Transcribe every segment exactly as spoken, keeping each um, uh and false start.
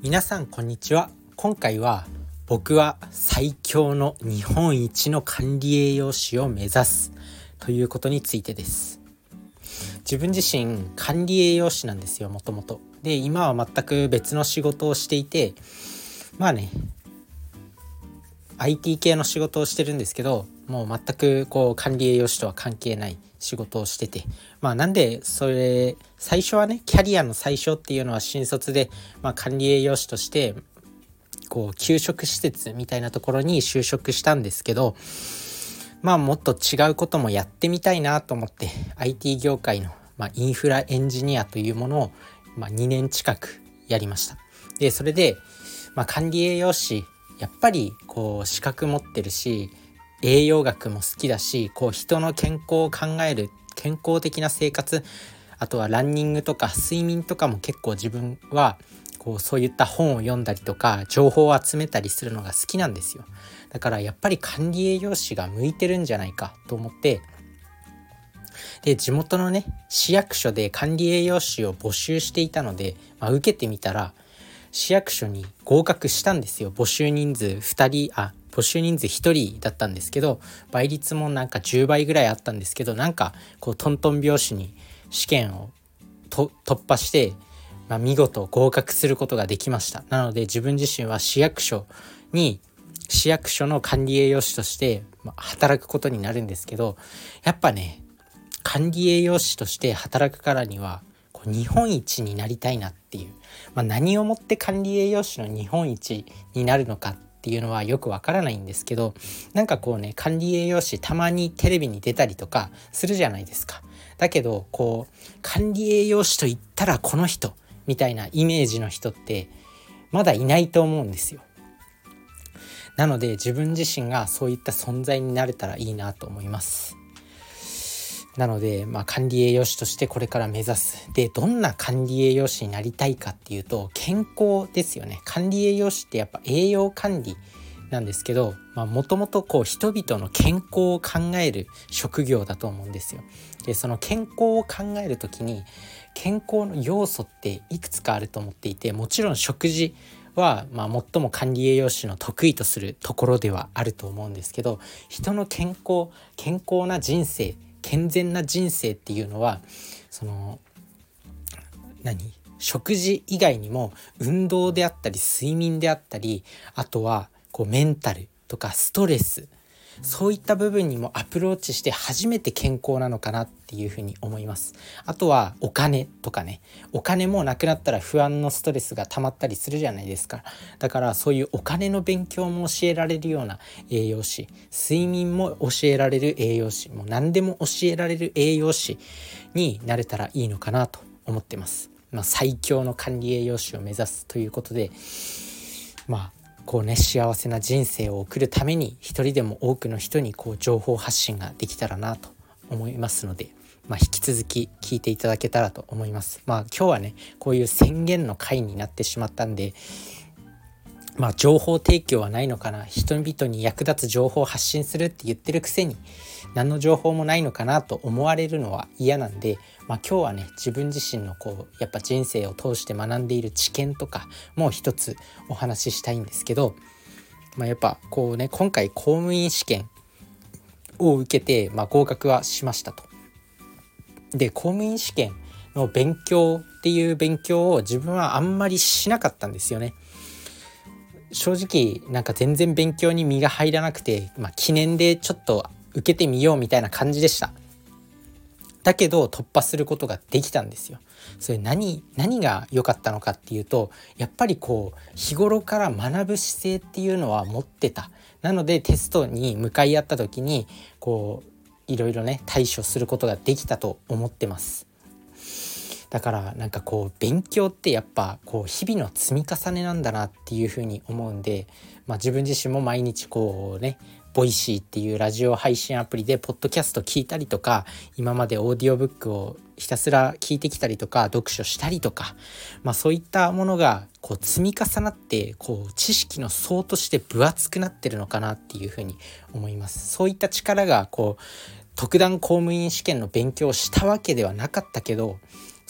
皆さんこんにちは。今回は僕は最強の日本一の管理栄養士を目指すということについてです。自分自身管理栄養士なんですよ、もともと。で、今は全く別の仕事をしていて、まあね アイティー 系の仕事をしてるんですけど、もう全くこう管理栄養士とは関係ない仕事をしてて、まあなんでそれ最初はね、キャリアの最初っていうのは新卒で、まあ、管理栄養士としてこう給食施設みたいなところに就職したんですけど、まあもっと違うこともやってみたいなと思って アイティー 業界の、まあ、インフラエンジニアというものを、まあ、にねん近くやりました。でそれで、まあ、管理栄養士やっぱりこう資格持ってるし、栄養学も好きだし、こう人の健康を考える健康的な生活、あとはランニングとか睡眠とかも結構自分はこうそういった本を読んだりとか情報を集めたりするのが好きなんですよ。だからやっぱり管理栄養士が向いてるんじゃないかと思って、で地元のね市役所で管理栄養士を募集していたので、まあ、受けてみたら市役所に合格したんですよ。募集人数ふたりあ募集人数ひとりだったんですけど、倍率もなんかじゅうばいぐらいあったんですけど、なんかこうトントン拍子に試験をと突破して、まあ、見事合格することができました。なので自分自身は市役所に市役所の管理栄養士として働くことになるんですけど、やっぱね管理栄養士として働くからにはこう日本一になりたいなっていう、まあ、何をもって管理栄養士の日本一になるのかっていうのはよくわからないんですけど、なんかこうね管理栄養士たまにテレビに出たりとかするじゃないですか。だけどこう管理栄養士と言ったらこの人みたいなイメージの人ってまだいないと思うんですよ。なので自分自身がそういった存在になれたらいいなと思います。なので、まあ、管理栄養士としてこれから目指す。で、どんな管理栄養士になりたいかっていうと、健康ですよね。管理栄養士ってやっぱ栄養管理なんですけど、もともとこう人々の健康を考える職業だと思うんですよ。で、その健康を考えるときに健康の要素っていくつかあると思っていて、もちろん食事はまあ最も管理栄養士の得意とするところではあると思うんですけど、人の健康健康な人生健全な人生っていうのはその何食事以外にも運動であったり睡眠であったり、あとはこうメンタルとかストレス、そういった部分にもアプローチして初めて健康なのかなっていうふうに思います。あとはお金とかね、お金もなくなったら不安のストレスが溜まったりするじゃないですか。だからそういうお金の勉強も教えられるような栄養士、睡眠も教えられる栄養士、もう何でも教えられる栄養士になれたらいいのかなと思ってます。まあ、最強の管理栄養士を目指すということで、まあこうね幸せな人生を送るために一人でも多くの人にこう情報発信ができたらなと思いますので、まあ、引き続き聞いていただけたらと思います。まあ今日はねこういう宣言の回になってしまったんで、まあ情報提供はないのかな、人々に役立つ情報を発信するって言ってるくせに何の情報もないのかなと思われるのは嫌なんで、まあ、今日はね自分自身のこうやっぱ人生を通して学んでいる知見とかもう一つお話ししたいんですけど、まあ、やっぱこうね今回公務員試験を受けて、まあ、合格はしましたと。で公務員試験の勉強っていう勉強を自分はあんまりしなかったんですよね。正直なんか全然勉強に身が入らなくて、まあ、記念でちょっと受けてみようみたいな感じでした。だけど突破することができたんですよ。それ何何が良かったのかっていうと、やっぱりこう日頃から学ぶ姿勢っていうのは持ってた。なのでテストに向かい合った時にこういろいろね対処することができたと思ってます。だからなんかこう勉強ってやっぱこう日々の積み重ねなんだなっていうふうに思うんで、まあ、自分自身も毎日こうねボイシーっていうラジオ配信アプリでポッドキャスト聞いたりとか、今までオーディオブックをひたすら聞いてきたりとか読書したりとか、まあ、そういったものがこう積み重なってこう知識の層として分厚くなってるのかなっていうふうに思います。そういった力がこう特段公務員試験の勉強をしたわけではなかったけど、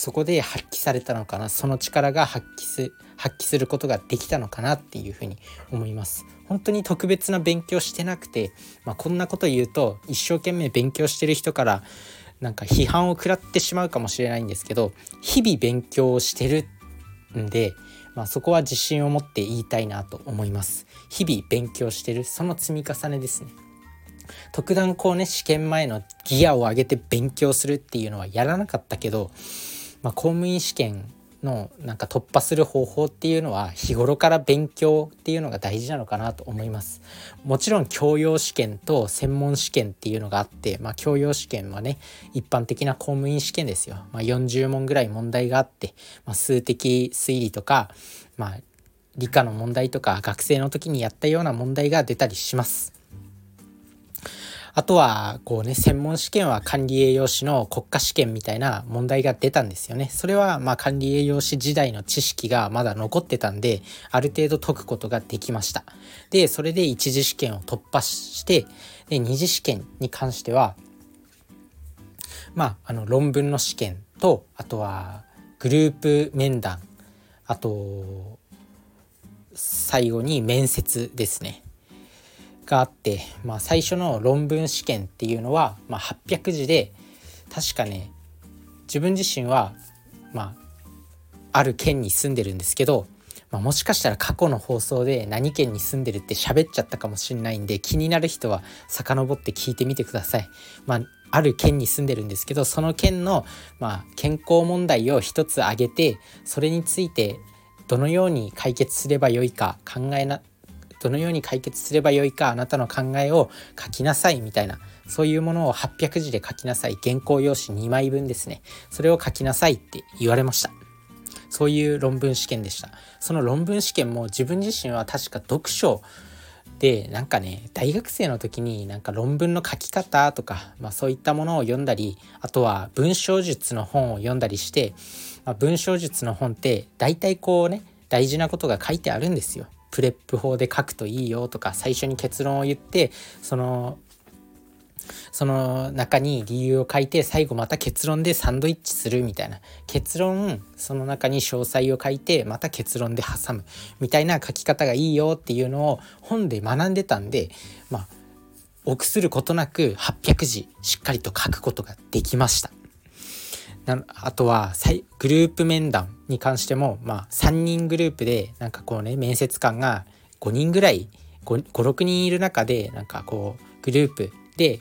そこで発揮されたのかな、その力が発揮す発揮することができたのかなっていうふうに思います。本当に特別な勉強してなくて、まあ、こんなこと言うと一生懸命勉強してる人からなんか批判を食らってしまうかもしれないんですけど、日々勉強してるんで、まあ、そこは自信を持って言いたいなと思います。日々勉強してる、その積み重ねですね。特段こうね、試験前のギアを上げて勉強するっていうのはやらなかったけど、まあ、公務員試験のなんか突破する方法っていうのは日頃から勉強っていうのが大事なのかなと思います。もちろん教養試験と専門試験っていうのがあって、まあ、教養試験はね一般的な公務員試験ですよ。まあ、よんじゅう問ぐらい問題があって、まあ、数的推理とか、まあ、理科の問題とか学生の時にやったような問題が出たりします。あとはこうね、専門試験は管理栄養士の国家試験みたいな問題が出たんですよね。それはまあ管理栄養士時代の知識がまだ残ってたんで、ある程度解くことができました。で、それで一次試験を突破して、で二次試験に関してはまああの論文の試験と、あとはグループ面談、あと最後に面接ですねがあって、まあ、最初の論文試験っていうのは、まあ、はっぴゃくじで、確かね自分自身は、まあ、ある県に住んでるんですけど、まあ、もしかしたら過去の放送で何県に住んでるって喋っちゃったかもしれないんで、気になる人は遡って聞いてみてください。まあ、ある県に住んでるんですけど、その県の、まあ、健康問題を一つ挙げて、それについてどのように解決すればよいか考えなどのように解決すればよいか、あなたの考えを書きなさいみたいな、そういうものをはっぴゃくじで書きなさい、原稿用紙にまいぶんですね、それを書きなさいって言われました。そういう論文試験でした。その論文試験も自分自身は確か読書で、なんかね大学生の時になんか論文の書き方とか、まあ、そういったものを読んだり、あとは文章術の本を読んだりして、まあ、文章術の本って大体こうね大事なことが書いてあるんですよ。プレップ法で書くといいよとか、最初に結論を言ってそのその中に理由を書いて、最後また結論でサンドイッチするみたいな、結論その中に詳細を書いてまた結論で挟むみたいな書き方がいいよっていうのを本で学んでたんで、まあ臆することなくはっぴゃくじしっかりと書くことができました。あとはグループ面談に関しても、まあ、さんにんグループでなんかこうね面接官がごにんぐらい ごろくにんいる中で、なんかこうグループで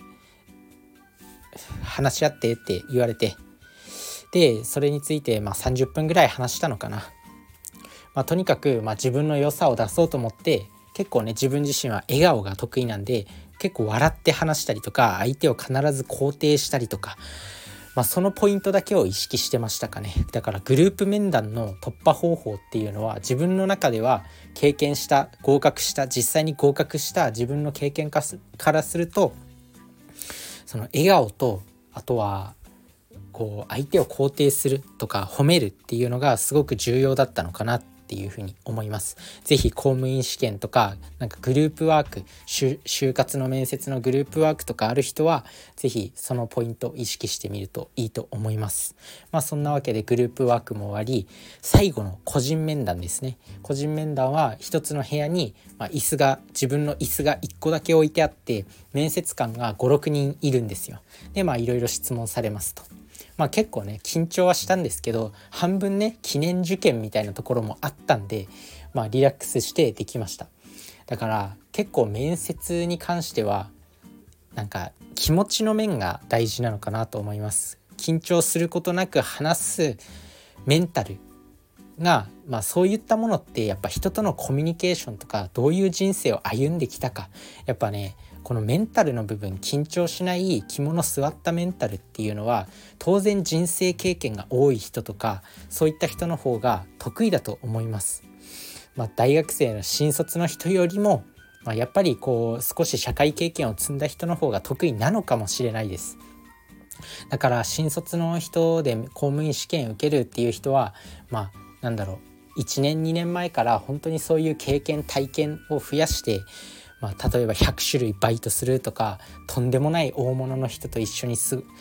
話し合ってって言われて、でそれについてまあさんじゅっぷんぐらい話したのかな。まあ、とにかくまあ自分の良さを出そうと思って、結構ね自分自身は笑顔が得意なんで、結構笑って話したりとか、相手を必ず肯定したりとか、まあ、そのポイントだけを意識してましたかね。だからグループ面談の突破方法っていうのは、自分の中では経験した合格した実際に合格した自分の経験からすると、その笑顔と、あとはこう相手を肯定するとか褒めるっていうのがすごく重要だったのかなっていうふうに思います。ぜひ公務員試験とか、なんかグループワーク、就活の面接のグループワークとかある人は、ぜひそのポイントを意識してみるといいと思います。まあそんなわけでグループワークも終わり、最後の個人面談ですね。個人面談は一つの部屋に、まあ、椅子が自分の椅子がいっこだけ置いてあって、面接官がごろくにんいるんですよ。でまあいろいろ質問されますと。まあ結構ね緊張はしたんですけど、半分ね記念受験みたいなところもあったんで、まあリラックスしてできました。だから結構面接に関してはなんか気持ちの面が大事なのかなと思います。緊張することなく話すメンタルが、まあそういったものってやっぱ人とのコミュニケーションとか、どういう人生を歩んできたか、やっぱねこのメンタルの部分、緊張しない肝の据わったメンタルっていうのは、当然人生経験が多い人とかそういった人の方が得意だと思います。まあ、大学生の新卒の人よりも、まあ、やっぱりこう少し社会経験を積んだ人の方が得意なのかもしれないです。だから新卒の人で公務員試験受けるっていう人は、まあなんだろう、いちねんにねんまえから本当にそういう経験体験を増やして、まあ、例えばひゃくしゅるいバイトするとか、とんでもない大物の人と一緒にす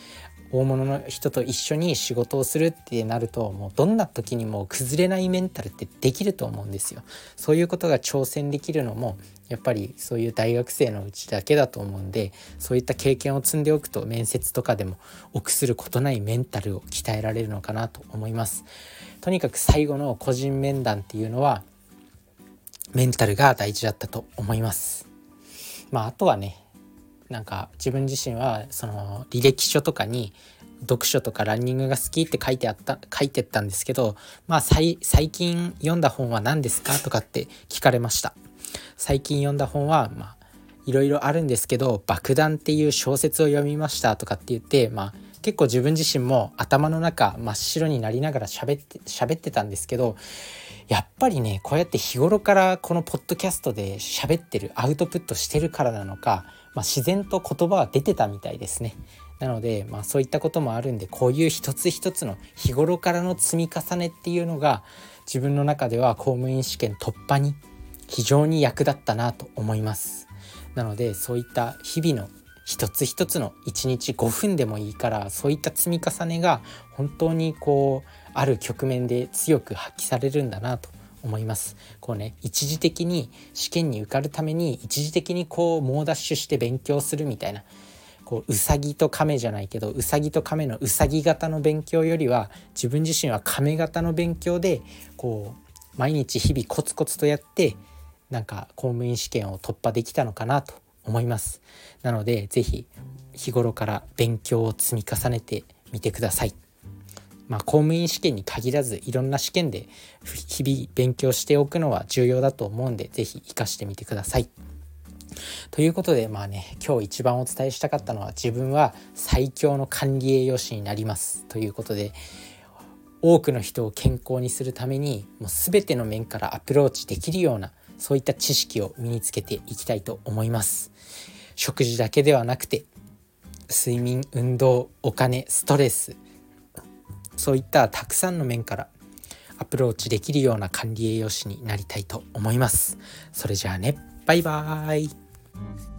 大物の人と一緒に仕事をするってなると、もうどんな時にも崩れないメンタルってできると思うんですよ。そういうことが挑戦できるのもやっぱりそういう大学生のうちだけだと思うんで、そういった経験を積んでおくと面接とかでも臆することないメンタルを鍛えられるのかなと思います。とにかく最後の個人面談っていうのはメンタルが大事だったと思います。まああとはね、なんか自分自身はその履歴書とかに読書とかランニングが好きって書いてあった書いてったんですけど、まあ最近読んだ本は何ですかとかって聞かれました。最近読んだ本はまあいろいろあるんですけど、爆弾っていう小説を読みましたとかって言って、まあ結構自分自身も頭の中真っ白になりながら喋って喋ってたんですけど、やっぱりね、こうやって日頃からこのポッドキャストで喋ってる、アウトプットしてるからなのか、まあ、自然と言葉は出てたみたいですね。なので、まあ、そういったこともあるんで、こういう一つ一つの日頃からの積み重ねっていうのが自分の中では公務員試験突破に非常に役立ったなと思います。なのでそういった日々の一つ一つのいちにちごふんでもいいから、そういった積み重ねが本当にこうある局面で強く発揮されるんだなと思います。こうね、一時的に試験に受かるために一時的にこう猛ダッシュして勉強するみたいな、こううさぎと亀じゃないけど、うさぎと亀のうさぎ型の勉強よりは自分自身は亀型の勉強で、こう毎日日々コツコツとやってなんか公務員試験を突破できたのかなと思います。なのでぜひ日頃から勉強を積み重ねてみてください。まあ、公務員試験に限らずいろんな試験で日々勉強しておくのは重要だと思うんで、ぜひ活かしてみてください。ということで、まあね、今日一番お伝えしたかったのは、自分は最強の管理栄養士になりますということで、多くの人を健康にするためにもう全ての面からアプローチできるような、そういった知識を身につけていきたいと思います。食事だけではなくて睡眠、運動、お金、ストレス、そういったたくさんの面からアプローチできるような管理栄養士になりたいと思います。それじゃあね、バイバーイ。